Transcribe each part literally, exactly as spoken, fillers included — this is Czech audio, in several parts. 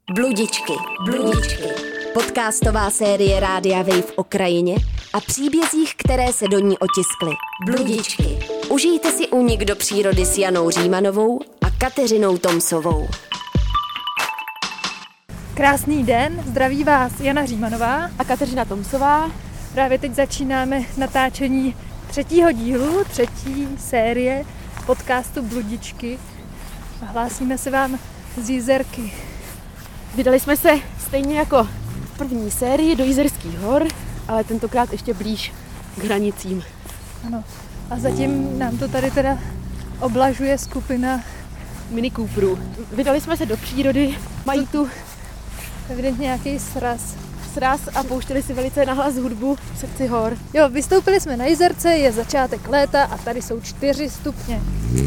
Bludičky, bludičky. Podcastová série Rádia Wave o krajině a příbězích, které se do ní otiskly. Bludičky. Užijte si únik do přírody s Janou Římanovou a Kateřinou Tomsovou. Krásný den, zdraví vás Jana Římanová a Kateřina Tomsová. Právě teď začínáme natáčení třetího dílu, třetí série podcastu Bludičky. A hlásíme se vám z Jizerky. Vydali jsme se stejně jako v první sérii do Jizerských hor, ale tentokrát ještě blíž k hranicím. Ano. A zatím nám to tady teda oblažuje skupina Mini Cooperů. Vydali jsme se do přírody, mají tu evidentně nějaký sraz. Sraz a pouštěli si velice nahlas hudbu v srdci hor. Jo, vystoupili jsme na Jizerce, je začátek léta a tady jsou čtyři stupně.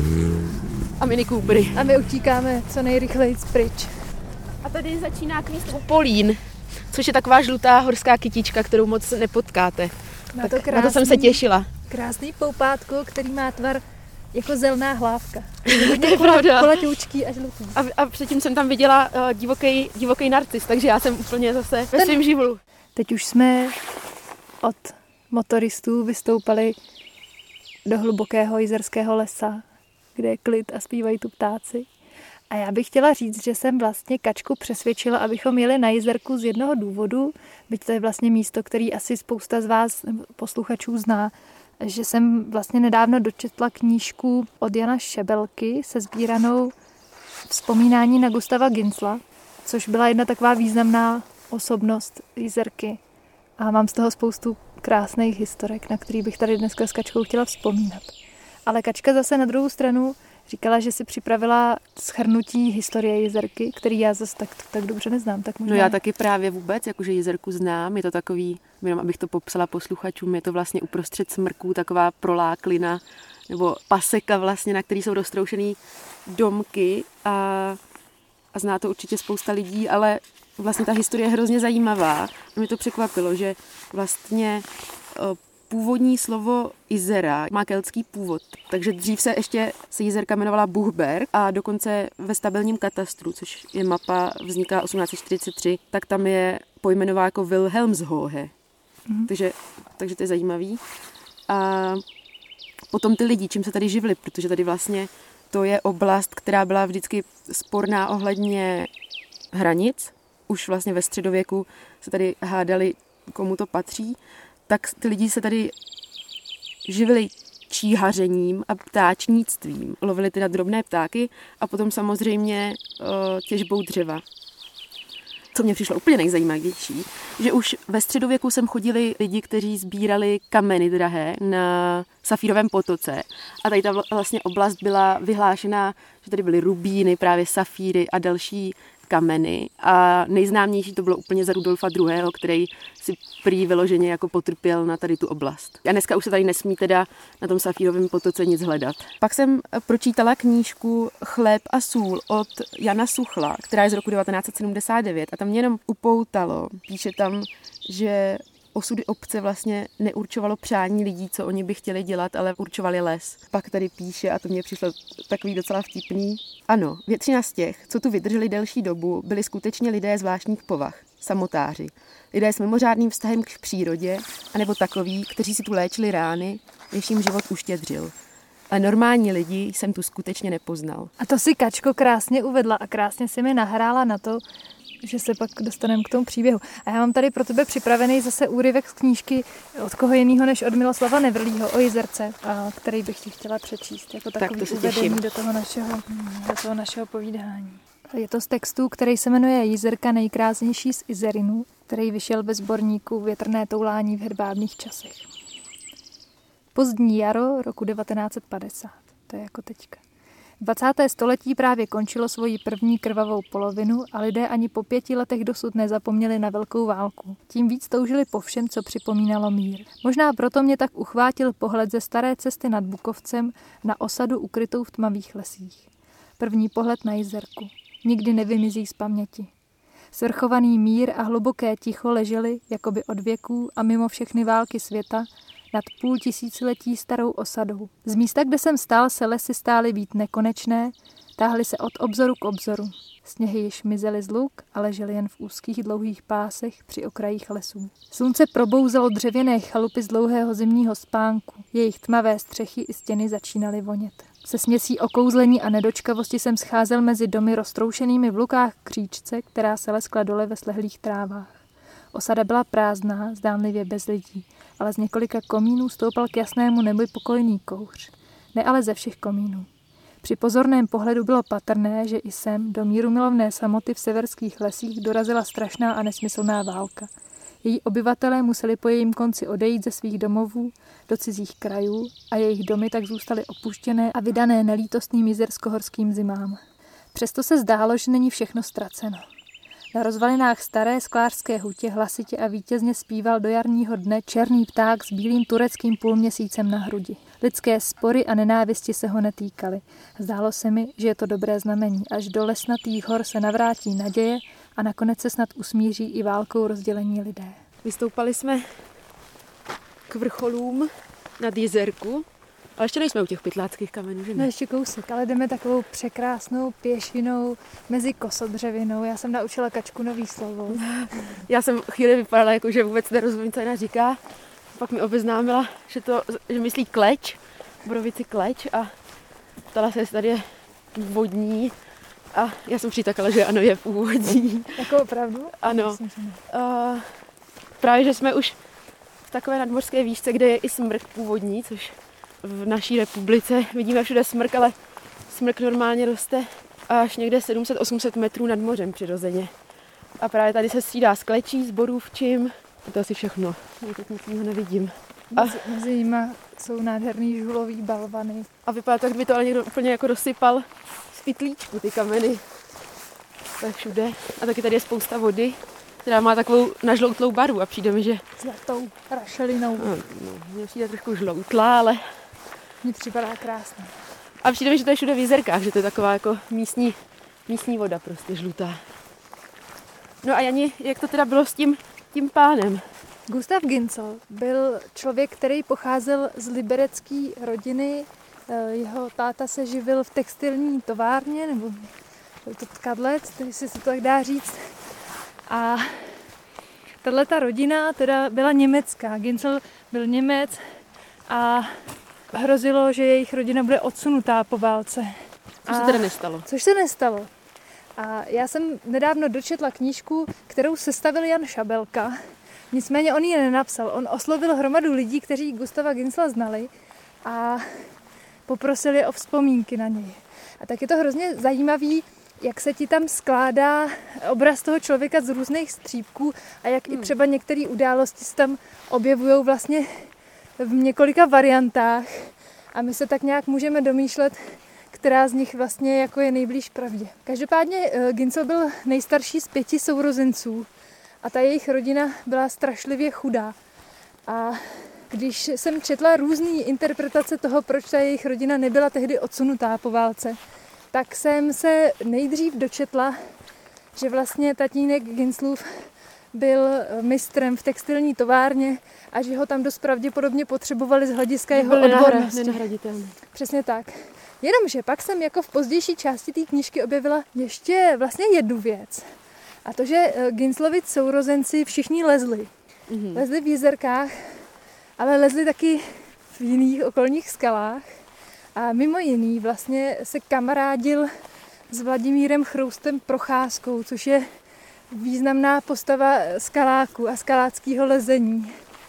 A Mini Coopery. A my utíkáme co nejrychleji pryč. A tady začíná kvíst polín, což je taková žlutá horská kytička, kterou moc nepotkáte. Na to, tak krásný, na to jsem se těšila. Krásný poupátko, který má tvar jako zelená hlávka. To je pravda. Kolatoučký a žlutý. A, a předtím jsem tam viděla uh, divoký, divoký narcis, takže já jsem úplně zase ve Ten... svém živlu. Teď už jsme od motoristů vystoupali do hlubokého jizerského lesa, kde je klid a zpívají tu ptáci. A já bych chtěla říct, že jsem vlastně Kačku přesvědčila, abychom jeli na Jizerku z jednoho důvodu, byť to je vlastně místo, který asi spousta z vás posluchačů zná, že jsem vlastně nedávno dočetla knížku od Jana Šebelky se sbíranou Vzpomínání na Gustava Ginzla, což byla jedna taková významná osobnost Jizerky. A mám z toho spoustu krásných historek, na který bych tady dneska s Kačkou chtěla vzpomínat. Ale Kačka zase na druhou stranu říkala, že si připravila shrnutí historie Jizerky, který já zase tak, tak dobře neznám. Tak možná... No já taky právě vůbec, jakože Jizerku znám, je to takový, jenom abych to popsala posluchačům, je to vlastně uprostřed smrků taková proláklina, nebo paseka vlastně, na který jsou roztroušený domky a, a zná to určitě spousta lidí, ale vlastně ta historie je hrozně zajímavá. Mě to překvapilo, že vlastně původní slovo Jizera má keltský původ, takže dřív se ještě se Jizerka jmenovala Buchberg a dokonce ve stabilním katastru, což je mapa, vzniká osmnáct set čtyřicet tři, tak tam je pojmenová jako Wilhelmshöhe. Mm. Takže, takže to je zajímavý. A potom ty lidi, čím se tady živili, protože tady vlastně to je oblast, která byla vždycky sporná ohledně hranic. Už vlastně ve středověku se tady hádali, komu to patří. Tak ty lidi se tady živili číhařením a ptáčnictvím. Lovili teda drobné ptáky a potom samozřejmě uh, těžbou dřeva. Co mě přišlo úplně nejzajímavější, že už ve středověku sem chodili lidi, kteří sbírali kameny drahé na Safírovém potoce. A tady ta vlastně oblast byla vyhlášená, že tady byly rubíny, právě safíry a další kameny a nejznámější to bylo úplně za Rudolfa druhého., který si prý vyloženě jako potrpěl na tady tu oblast. A dneska už se tady nesmí teda na tom Safírovém potoce nic hledat. Pak jsem pročítala knížku Chléb a sůl od Jana Suchla, která je z roku devatenáct set sedmdesát devět a tam mě jenom upoutalo. Píše tam, že osudy obce vlastně neurčovalo přání lidí, co oni by chtěli dělat, ale určovali les. Pak tady píše, a to mě přišlo takový docela vtipný. Ano, většina z těch, co tu vydrželi delší dobu, byli skutečně lidé zvláštních povah, samotáři. Lidé s mimořádným vztahem k přírodě, anebo takoví, kteří si tu léčili rány, než jim život uštědřil. Ale normální lidi jsem tu skutečně nepoznal. A to si Kačko krásně uvedla a krásně si mi nahrála na to, že se pak dostaneme k tomu příběhu. A já mám tady pro tebe připravený zase úryvek z knížky od koho jiného než od Miloslava Nevrlího o Jizerce, a který bych ti chtěla přečíst jako takový tak to uvedení do toho, našeho, do toho našeho povídání. Je to z textu, který se jmenuje Jizerka nejkrásnější z Izerinů, který vyšel ve sborníku Větrné toulání v hedvábných časech. Pozdní jaro roku devatenáct set padesát. To je jako teďka. dvacáté století právě končilo svoji první krvavou polovinu a lidé ani po pěti letech dosud nezapomněli na velkou válku. Tím víc toužili po všem, co připomínalo mír. Možná proto mě tak uchvátil pohled ze staré cesty nad Bukovcem na osadu ukrytou v tmavých lesích. První pohled na Jizerku. Nikdy nevymizí z paměti. Svrchovaný mír a hluboké ticho ležely, jakoby od věků a mimo všechny války světa, nad půl tisíciletí starou osadou. Z místa, kde jsem stál, se lesy stály být nekonečné, táhly se od obzoru k obzoru. Sněhy již mizely z luk a ležely jen v úzkých dlouhých pásech při okrajích lesů. Slunce probouzelo dřevěné chalupy z dlouhého zimního spánku. Jejich tmavé střechy i stěny začínaly vonět. Se směsí okouzlení a nedočkavosti jsem scházel mezi domy roztroušenými v lukách k říčce, která se leskla dole ve slehlých trávách. Osada byla prázdná, zdánlivě bez lidí, ale z několika komínů stoupal k jasnému nebi pokojný kouř. Ne ale ze všech komínů. Při pozorném pohledu bylo patrné, že i sem do mírumilovné samoty v severských lesích dorazila strašná a nesmyslná válka. Její obyvatelé museli po jejím konci odejít ze svých domovů do cizích krajů a jejich domy tak zůstaly opuštěné a vydané nelítostným jizerskohorským zimám. Přesto se zdálo, že není všechno ztraceno. Na rozvalinách staré sklářské hutě hlasitě a vítězně zpíval do jarního dne černý pták s bílým tureckým půlměsícem na hrudi. Lidské spory a nenávisti se ho netýkaly. Zdálo se mi, že je to dobré znamení. Až do lesnatých hor se navrátí naděje a nakonec se snad usmíří i válkou rozdělení lidé. Vystoupali jsme k vrcholům nad Jizerku, ale ještě nejsme u těch pytláckých kamenů, že ne? No ještě kousek, ale jdeme takovou překrásnou pěšinou mezi kosodřevinou. Já jsem naučila kačku nový slovo. Já jsem chvíli vypadala, jako že vůbec nerozumím, co ona říká. Pak mi obeznámila, že to že myslí kleč, borovici kleč a ptala se, jestli tady je vodní. A já jsem přitakala, že ano, je původní. Jako opravdu? Ano. Myslím, že ne. Uh, právě, že jsme už v takové nadmořské výšce, kde je i smrk původní, což v naší republice vidíme všude smrk, ale smrk normálně roste až někde sedm set osm set metrů nad mořem přirozeně. A právě tady se střídá s klečí, s borůvčím. A to asi všechno. Já teď nic jiného nevidím. A mezi, mezi nimi jsou nádherný žulový balvany. A vypadá to, jak by to ale někdo úplně jako rozsypal z pytlíčku, ty kameny. To je všude. A taky tady je spousta vody, která má takovou nažloutlou barvu a přijde mi, že... Zlatou rašelinou. No, no, mně přijde trošku žloutlá, ale... Mně připadá krásně. A přijde mi, že to je všude v Jizerkách, že to je taková jako místní, místní voda prostě žlutá. No a Jani, jak to teda bylo s tím, tím pánem? Gustav Ginzel byl člověk, který pocházel z liberecké rodiny. Jeho táta se živil v textilní továrně, nebo to tkadlec, jestli se to tak dá říct. A tato rodina teda byla německá. Ginzel byl Němec a hrozilo, že jejich rodina bude odsunutá po válce. Což se teda nestalo. Což se nestalo. A já jsem nedávno dočetla knížku, kterou sestavil Jan Šabelka. Nicméně on ji nenapsal. On oslovil hromadu lidí, kteří Gustava Ginzla znali a poprosili o vzpomínky na něj. A tak je to hrozně zajímavý, jak se ti tam skládá obraz toho člověka z různých střípků a jak hmm. i třeba některé události se tam objevují vlastně v několika variantách a my se tak nějak můžeme domýšlet, která z nich vlastně jako je nejblíž pravdě. Každopádně Ginzel byl nejstarší z pěti sourozenců a ta jejich rodina byla strašlivě chudá. A když jsem četla různé interpretace toho, proč ta jejich rodina nebyla tehdy odsunutá po válce, tak jsem se nejdřív dočetla, že vlastně tatínek Ginzlův byl mistrem v textilní továrně a že ho tam dost pravděpodobně potřebovali z hlediska jeho odbornosti. Nenahraditelný. Přesně tak. Jenomže pak jsem jako v pozdější části té knížky objevila ještě vlastně jednu věc. A to, že Ginzlovi sourozenci všichni lezli. Mm-hmm. Lezli v Jizerkách, ale lezli taky v jiných okolních skalách. A mimo jiný vlastně se kamarádil s Vladimírem Chroustem Procházkou, což je významná postava skaláku a skaláckého lezení.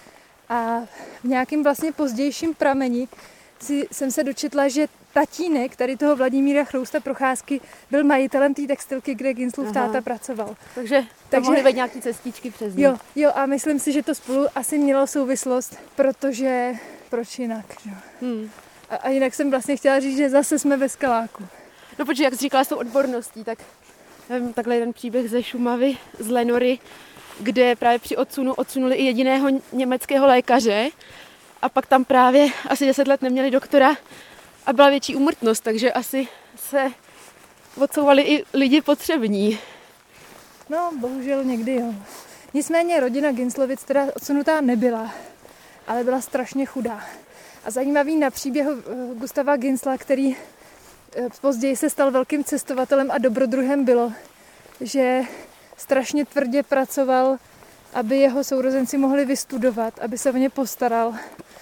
A v nějakém vlastně pozdějším prameni si, jsem se dočetla, že tatínek tady toho Vladimíra Chrousta Procházky byl majitelem té textilky, kde Ginzlův táta pracoval. Takže tam Takže mohly být nějaký cestičky přes něj. Jo, jo, a myslím si, že to spolu asi mělo souvislost, protože proč jinak, jo. Hmm. A, a jinak jsem vlastně chtěla říct, že zase jsme ve skaláku. No protože, jak jsi říkala s tou odborností, tak nevím, takhle jeden příběh ze Šumavy, z Lenory, kde právě při odsunu odsunuli i jediného německého lékaře a pak tam právě asi deset let neměli doktora a byla větší úmrtnost, takže asi se odsouvali i lidi potřební. No, bohužel někdy jo. Nicméně rodina Ginzlovic teda odsunutá nebyla. ale byla strašně chudá. A zajímavý na příběhu Gustava Ginzla, který později se stal velkým cestovatelem a dobrodruhem, bylo, že strašně tvrdě pracoval, aby jeho sourozenci mohli vystudovat, aby se o ně postaral.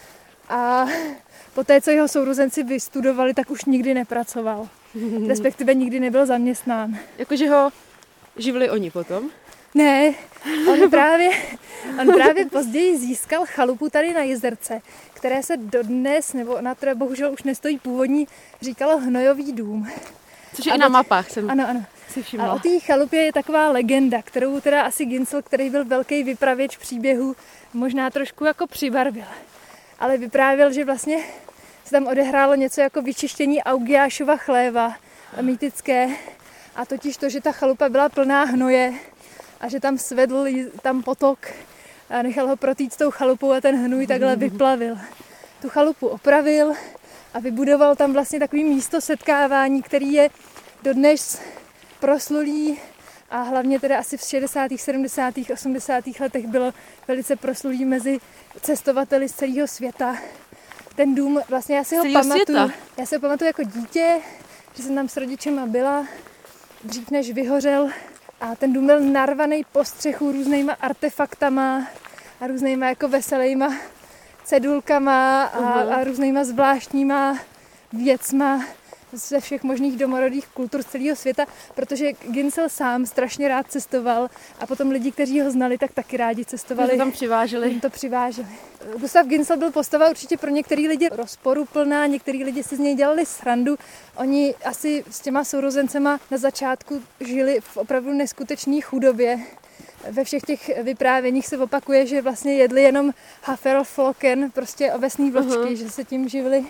A poté, co jeho sourozenci vystudovali, tak už nikdy nepracoval. Respektive nikdy nebyl zaměstnán. Jakože ho živili oni potom? Ne, on právě, on právě později získal chalupu tady na Jizerce, které se dodnes, nebo na které bohužel už nestojí původní, říkalo Hnojový dům. Což je a i na mapách, jsem ano, ano. si všimla. A o té chalupě je taková legenda, kterou teda asi Ginzel, který byl velký vypravěč příběhu, možná trošku jako přibarvil. Ale vyprávěl, že vlastně se tam odehrálo něco jako vyčištění Augiášova chléva, mýtické, a totiž to, že ta chalupa byla plná hnoje a že tam svedl tam potok a nechal ho protýct tou chalupou a ten hnůj takhle vyplavil. Tu chalupu opravil a vybudoval tam vlastně takový místo setkávání, který je dodnes proslulý a hlavně teda asi v šedesátých, sedmdesátých, osmdesátých letech bylo velice proslulý mezi cestovateli z celého světa. Ten dům, vlastně já si ho pamatuju, já si ho pamatuju jako dítě, že jsem tam s rodičema byla, dřív než vyhořel, a ten dům byl narvaný po střechu různýma artefaktama a různýma jako veselýma cedulkama a, uh-huh. a různýma zvláštníma věcma ze všech možných domorodých kultur z celého světa, protože Ginzel sám strašně rád cestoval a potom lidi, kteří ho znali, tak taky rádi cestovali. To tam přiváželi. To přiváželi. Gustav Ginzel byl postava určitě pro některý lidi rozporuplná, některý lidi si z něj dělali srandu. Oni asi s těma sourozencema na začátku žili v opravdu neskutečné chudobě. Ve všech těch vyprávěních se opakuje, že vlastně jedli jenom Haferflocken, prostě ovesný vločky, uh-huh. že se tím živili.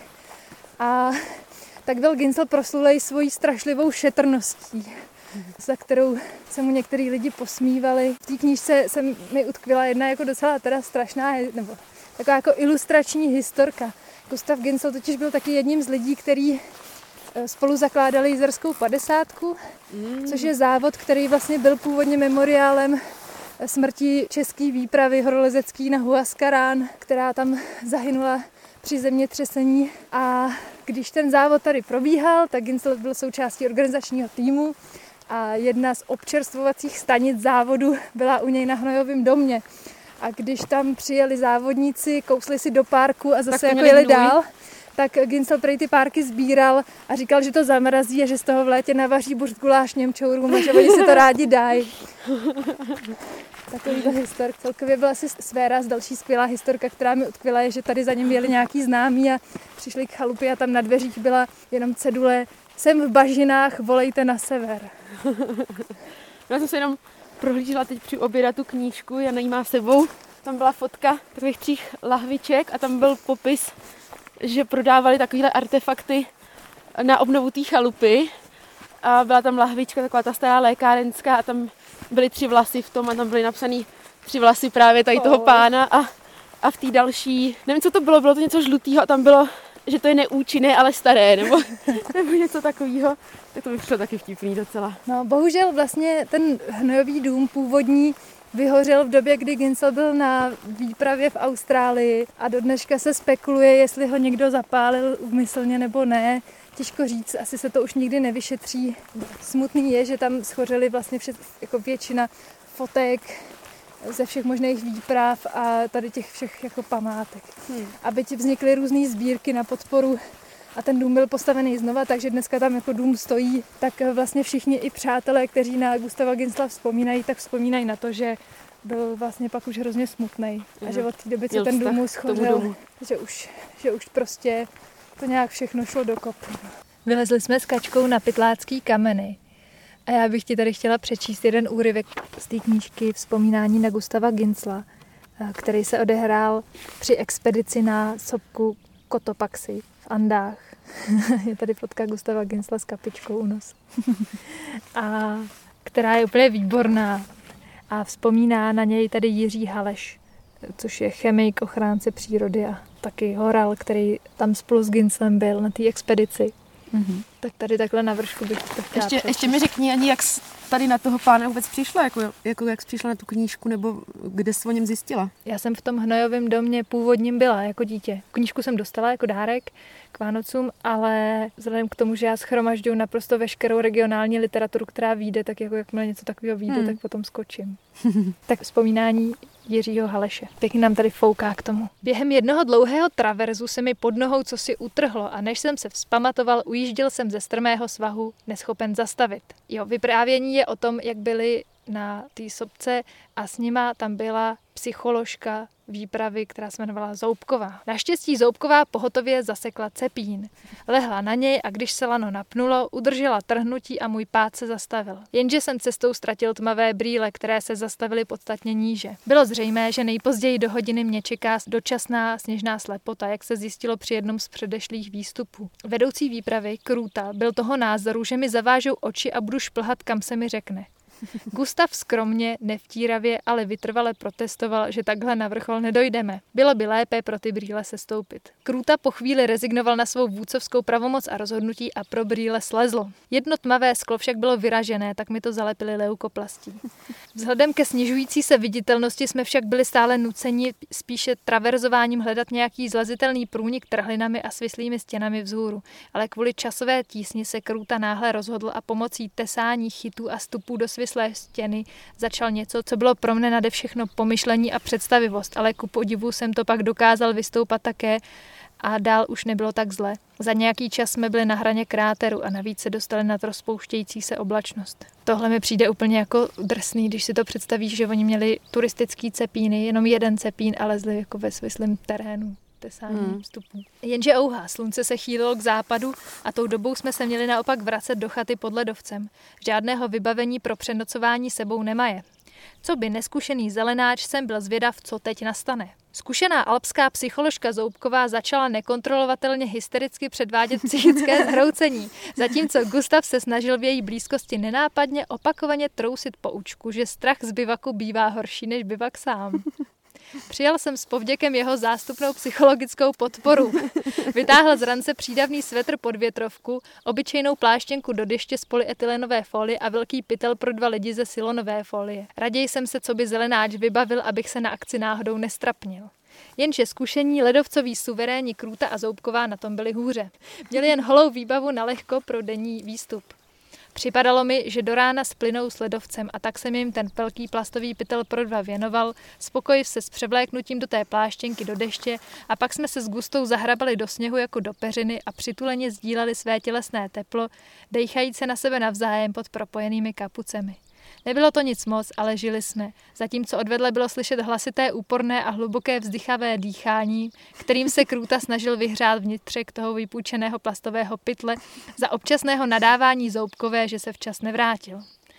A tak byl Ginzel proslulej svojí strašlivou šetrností, za kterou se mu některý lidi posmívali. V té knížce se mi utkvěla jedna jako docela teda strašná, nebo taková jako ilustrační historka. Gustav Ginzel totiž byl taky jedním z lidí, který spolu zakládali Jizerskou padesátku, mm. což je závod, který vlastně byl původně memoriálem smrti české výpravy horolezecký na Huascarán, která tam zahynula při zemětřesení. A když ten závod tady probíhal, tak Ginzel byl součástí organizačního týmu a jedna z občerstvovacích stanic závodu byla u něj na Hnojovém domě. A když tam přijeli závodníci, kousli si do parku a zase jako jeli dál, tak Ginzel prej ty párky sbíral a říkal, že to zamrazí a že z toho v létě navaří buřt guláš Němčourům a že oni si to rádi dají. Takovýhle histork. Celkově byla asi Svéraz, další skvělá historka, která mi utkvěla, je, že tady za ním jeli nějaký známí a přišli k chalupě a tam na dveřích byla jenom cedule: jsem v bažinách, volejte na sever. Já jsem se jenom prohlížela teď při oběda tu knížku, Jana jí má sebou. Tam byla fotka takových třích lahviček a tam byl popis, že prodávali takovéhle artefakty na obnovu té chalupy. A byla tam lahvička, taková ta stará lékárenská, a tam byly tři vlasy v tom a tam byly napsaný tři vlasy právě tady toho pána a, a v té další, nevím, co to bylo, bylo to něco žlutého a tam bylo, že to je neúčinné, ale staré, nebo, nebo něco takového. Tak to by přišlo taky vtipný docela. No, bohužel vlastně ten Hnojový dům původní vyhořel v době, kdy Ginzel byl na výpravě v Austrálii a do dneška se spekuluje, jestli ho někdo zapálil úmyslně nebo ne. Těžko říct, asi se to už nikdy nevyšetří. Smutný je, že tam schořely vlastně vše, jako většina fotek ze všech možných výprav a tady těch všech jako památek. Hmm. A byť vznikly různé sbírky na podporu a ten dům byl postavený znova, takže dneska tam jako dům stojí, tak vlastně všichni i přátelé, kteří na Gustava Ginzla vzpomínají, tak vzpomínají na to, že byl vlastně pak už hrozně smutnej a že od té doby, co ten dům schořel, že už, že už prostě to nějak všechno šlo do kopu. Vylezli jsme s Kačkou na Pytlácký kameny a já bych ti tady chtěla přečíst jeden úryvek z té knížky Vzpomínání na Gustava Ginzla, který se odehrál při expedici na sopku Cotopaxi v Andách. Je tady fotka Gustava Ginzla s kapičkou u nosu. A která je úplně výborná. A vzpomíná na něj tady Jiří Haleš, což je chemik, ochránce přírody a taky horal, který tam spolu s Ginzlem byl na té expedici. Mm-hmm. Tak tady takhle na vršku bych to chtěla ještě, ještě mi řekni ani, jak tady na toho pána vůbec přišla? Jako, jako jak jsi přišla na tu knížku, nebo kde jsi o něm zjistila? Já jsem v tom hnojovém domě původním byla jako dítě. Knížku jsem dostala jako dárek k Vánocům, ale vzhledem k tomu, že já shromažďuju naprosto veškerou regionální literaturu, která vyjde, tak jako jakmile něco takového vyjde, hmm. tak potom skočím. Tak vzpomínání Jiřího Haleše. Pěkně nám tady fouká k tomu. Během jednoho dlouhého traverzu se mi pod nohou cosi utrhlo a než jsem se vzpamatoval, ujížděl jsem ze strmého svahu, neschopen zastavit. Jo, vyprávění je o tom, jak byli na té sopce a s nima tam byla psycholožka výpravy, která se jmenovala Zoubková. Naštěstí Zoubková pohotově zasekla cepín. Lehla na něj a když se lano napnulo, udržela trhnutí a můj pád se zastavil. Jenže jsem cestou ztratil tmavé brýle, které se zastavily podstatně níže. Bylo zřejmé, že nejpozději do hodiny mě čeká dočasná sněžná slepota, jak se zjistilo při jednom z předešlých výstupů. Vedoucí výpravy, Krůta, byl toho názoru, že mi zavážou oči a budu šplhat, kam se mi řekne. Gustav skromně, nevtíravě, ale vytrvale protestoval, že takhle na vrchol nedojdeme. Bylo by lépe pro ty brýle sestoupit. Krůta po chvíli rezignoval na svou vůdcovskou pravomoc a rozhodnutí a pro brýle slezlo. Jedno tmavé sklo však bylo vyražené, tak mi to zalepili leukoplastí. Vzhledem ke snižující se viditelnosti jsme však byli stále nuceni spíše traverzováním hledat nějaký zlezitelný průnik trhlinami a svislými stěnami vzhůru, ale kvůli časové tísni se Krůta náhle rozhodl a pomocí tesání chytů a stupů do svislé stěny začal něco, co bylo pro mne nade všechno pomyšlení a představivost, ale ku podivu jsem to pak dokázal vystoupat také a dál už nebylo tak zle. Za nějaký čas jsme byli na hraně kráteru a navíc se dostali nad rozpouštějící se oblačnost. Tohle mi přijde úplně jako drsný, když si to představíš, že oni měli turistický cepíny, jenom jeden cepín a lezli jako ve svislém terénu. Hmm. Jenže ouhá, slunce se chýlilo k západu a tou dobou jsme se měli naopak vracet do chaty pod ledovcem. Žádného vybavení pro přenocování sebou nemaje. Co by neskušený zelenáč, jsem byl zvědav, co teď nastane. Zkušená alpská psycholožka Zoubková začala nekontrolovatelně hystericky předvádět psychické zhroucení, zatímco Gustav se snažil v její blízkosti nenápadně opakovaně trousit poučku, že strach z bivaku bývá horší než bivak sám. Přijal jsem s povděkem jeho zástupnou psychologickou podporu. Vytáhl z rance přídavný svetr pod větrovku, obyčejnou pláštěnku do deště z polyetylenové folie a velký pytel pro dva lidi ze silonové folie. Raději jsem se coby zelenáč vybavil, abych se na akci náhodou nestrapnil. Jenže zkušení ledovcoví suveréni Krůta a Zoubková na tom byli hůře. Měli jen holou výbavu na lehko pro denní výstup. Připadalo mi, že do rána splynou s ledovcem a tak jsem jim ten velký plastový pytel pro dva věnoval, spokojiv se s převléknutím do té pláštěnky do deště a pak jsme se s Gustou zahrabali do sněhu jako do peřiny a přituleně sdíleli své tělesné teplo, dejchajíc se na sebe navzájem pod propojenými kapucemi. Nebylo to nic moc, ale žili jsme, zatímco odvedle bylo slyšet hlasité, úporné a hluboké vzdychavé dýchání, kterým se Krůta snažil vyhřát vnitřek toho vypůjčeného plastového pytle za občasného nadávání Zoubkové, že se včas nevrátil.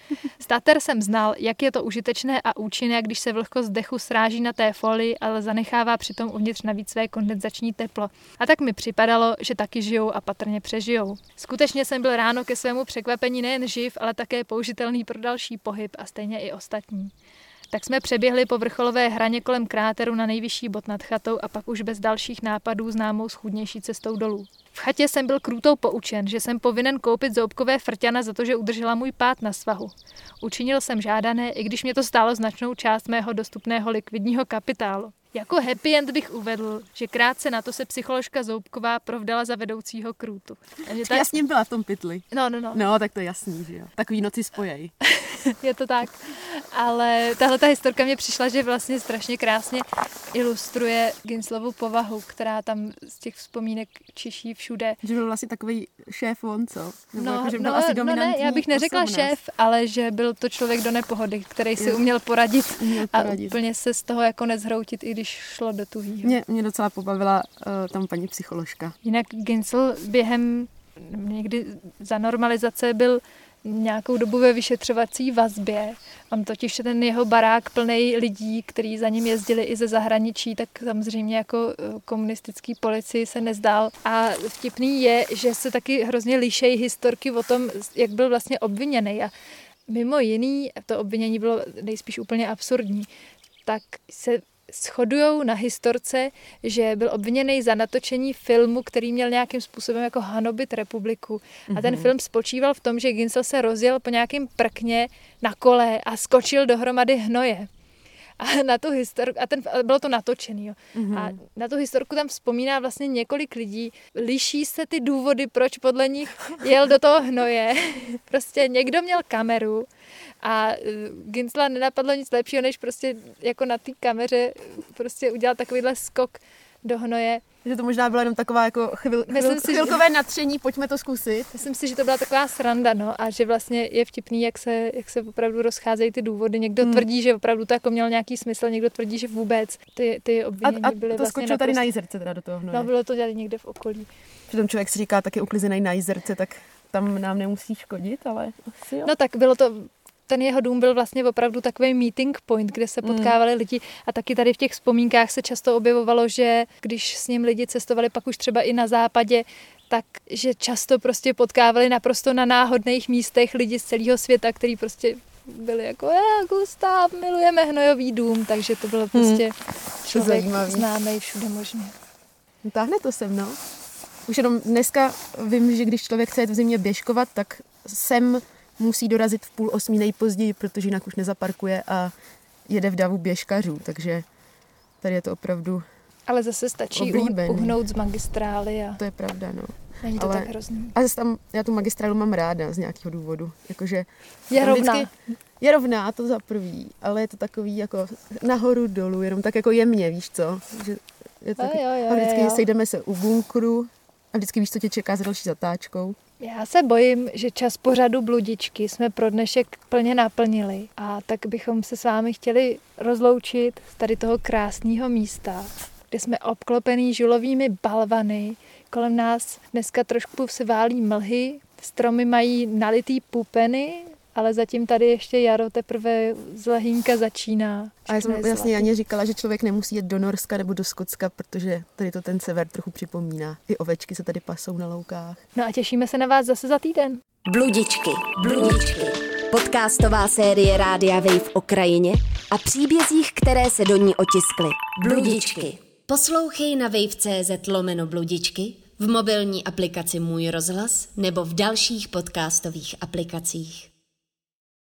Z Tater jsem znal, jak je to užitečné a účinné, když se vlhkost dechu sráží na té folii, ale zanechává přitom uvnitř navíc své kondenzační teplo. A tak mi připadalo, že taky žijou a patrně přežijou. Skutečně jsem byl ráno ke svému překvapení nejen živ, ale také použitelný pro další pohyb a stejně i ostatní. Tak jsme přeběhli po vrcholové hraně kolem kráteru na nejvyšší bod nad chatou a pak už bez dalších nápadů známou schůdnější cestou dolů. V chatě jsem byl Krůtou poučen, že jsem povinen koupit Zoubkové frťana za to, že udržela můj pád na svahu. Učinil jsem žádané, i když mě to stálo značnou část mého dostupného likvidního kapitálu. Jako happy end bych uvedl, že krátce na to se psycholožka Zoubková provdala za vedoucího Krůtu. Ta... Já s ním byla v tom pytli. No, no, no. No, tak to je jasný, že jo. Takový noci spojej. Je to tak. Ale tahle ta historka mě přišla, že vlastně strašně krásně ilustruje Ginslovu povahu, která tam z těch vzpomínek čiší všude. Že byl vlastně takový šéf on, co? Nebo no, jako, že byl no, asi no ne, já bych neřekla šéf, ale že byl to člověk do nepohody, který si uměl poradit, uměl poradit. A úplně se z toho jako nezhroutit, i když šlo do tuhýho. Mě, mě docela pobavila uh, tam paní psycholožka. Jinak Ginsl během někdy za normalizace byl nějakou dobu ve vyšetřovací vazbě. On totiž ten jeho barák plný lidí, kteří za ním jezdili i ze zahraničí, tak samozřejmě jako komunistický policii se nezdál. A vtipný je, že se taky hrozně lišejí historky o tom, jak byl vlastně obviněný. A mimo jiný, to obvinění bylo nejspíš úplně absurdní, tak se shodujou na historce, že byl obviněný za natočení filmu, který měl nějakým způsobem jako hanobit republiku. A ten film spočíval v tom, že Ginsel se rozjel po nějakém prkně na kole a skočil dohromady hnoje. A na tu historku, a ten, bylo to natočený, jo. Mm-hmm. A na tu historku tam vzpomíná vlastně několik lidí. Liší se ty důvody, proč podle nich jel do toho hnoje. Prostě někdo měl kameru a Ginsela nenapadlo nic lepšího, než prostě jako na té kameře prostě udělat takovýhle skok do hnoje. Že to možná byla jenom taková jako chvil, chvil, si, chvilkové natření, pojďme to zkusit. Myslím si, že to byla taková sranda, no, a že vlastně je vtipný, jak se, jak se opravdu rozcházejí ty důvody. Někdo hmm. tvrdí, že opravdu to jako mělo nějaký smysl, někdo tvrdí, že vůbec ty, ty obvinění byly vlastně. A to vlastně skočilo tady na Jizerce teda do toho hnoje. No, bylo to dělali někde v okolí. Přitom člověk si říká, tak je uklizený na Jizerce, tak tam nám nemusí škodit, ale asi jo. No tak bylo to... Ten jeho dům byl vlastně opravdu takový meeting point, kde se potkávali mm. lidi a taky tady v těch vzpomínkách se často objevovalo, že když s ním lidi cestovali pak už třeba i na západě, tak že často prostě potkávali naprosto na náhodných místech lidi z celého světa, který prostě byli jako eh, Gustav, milujeme hnojový dům, takže to bylo prostě mm. člověk známý všude možně. Táhne to sem, no. Už jenom dneska vím, že když člověk chce jet v zimě běžkovat, tak sem musí dorazit v půl osmí nejpozději, protože jinak už nezaparkuje a jede v davu běžkařů, takže tady je to opravdu ale zase stačí oblíbený. Uhnout z magistrály a... To je pravda, no. Není to ale, tak hrozný. A zase tam, já tu magistrálu mám ráda z nějakého důvodu, jakože... Je rovná. Je rovná, to za prvý, ale je to takový jako nahoru dolů, jenom tak jako jemně, víš co? Že je to jo, taky, jo, jo, a vždycky jo. sejdeme se u bunkru a vždycky víš, co tě čeká za další zatáčkou. Já se bojím, že čas pořadu Bludičky jsme pro dnešek plně naplnili a tak bychom se s vámi chtěli rozloučit z tady toho krásného místa, kde jsme obklopený žulovými balvany. Kolem nás dneska trošku se válí mlhy, stromy mají nalitý pupeny, ale zatím tady ještě jaro teprve z lehínka začíná. A já jsem jasně Janě říkala, že člověk nemusí jet do Norska nebo do Skotska, protože tady to ten sever trochu připomíná. I ovečky se tady pasou na loukách. No a těšíme se na vás zase za týden. Bludičky, Bludičky. Podcastová série Rádia Wave o krajině a příbězích, které se do ní otiskly. Bludičky. Poslouchej na wave tečka cé zet lomeno Bludičky, v mobilní aplikaci Můj rozhlas nebo v dalších podcastových aplikacích.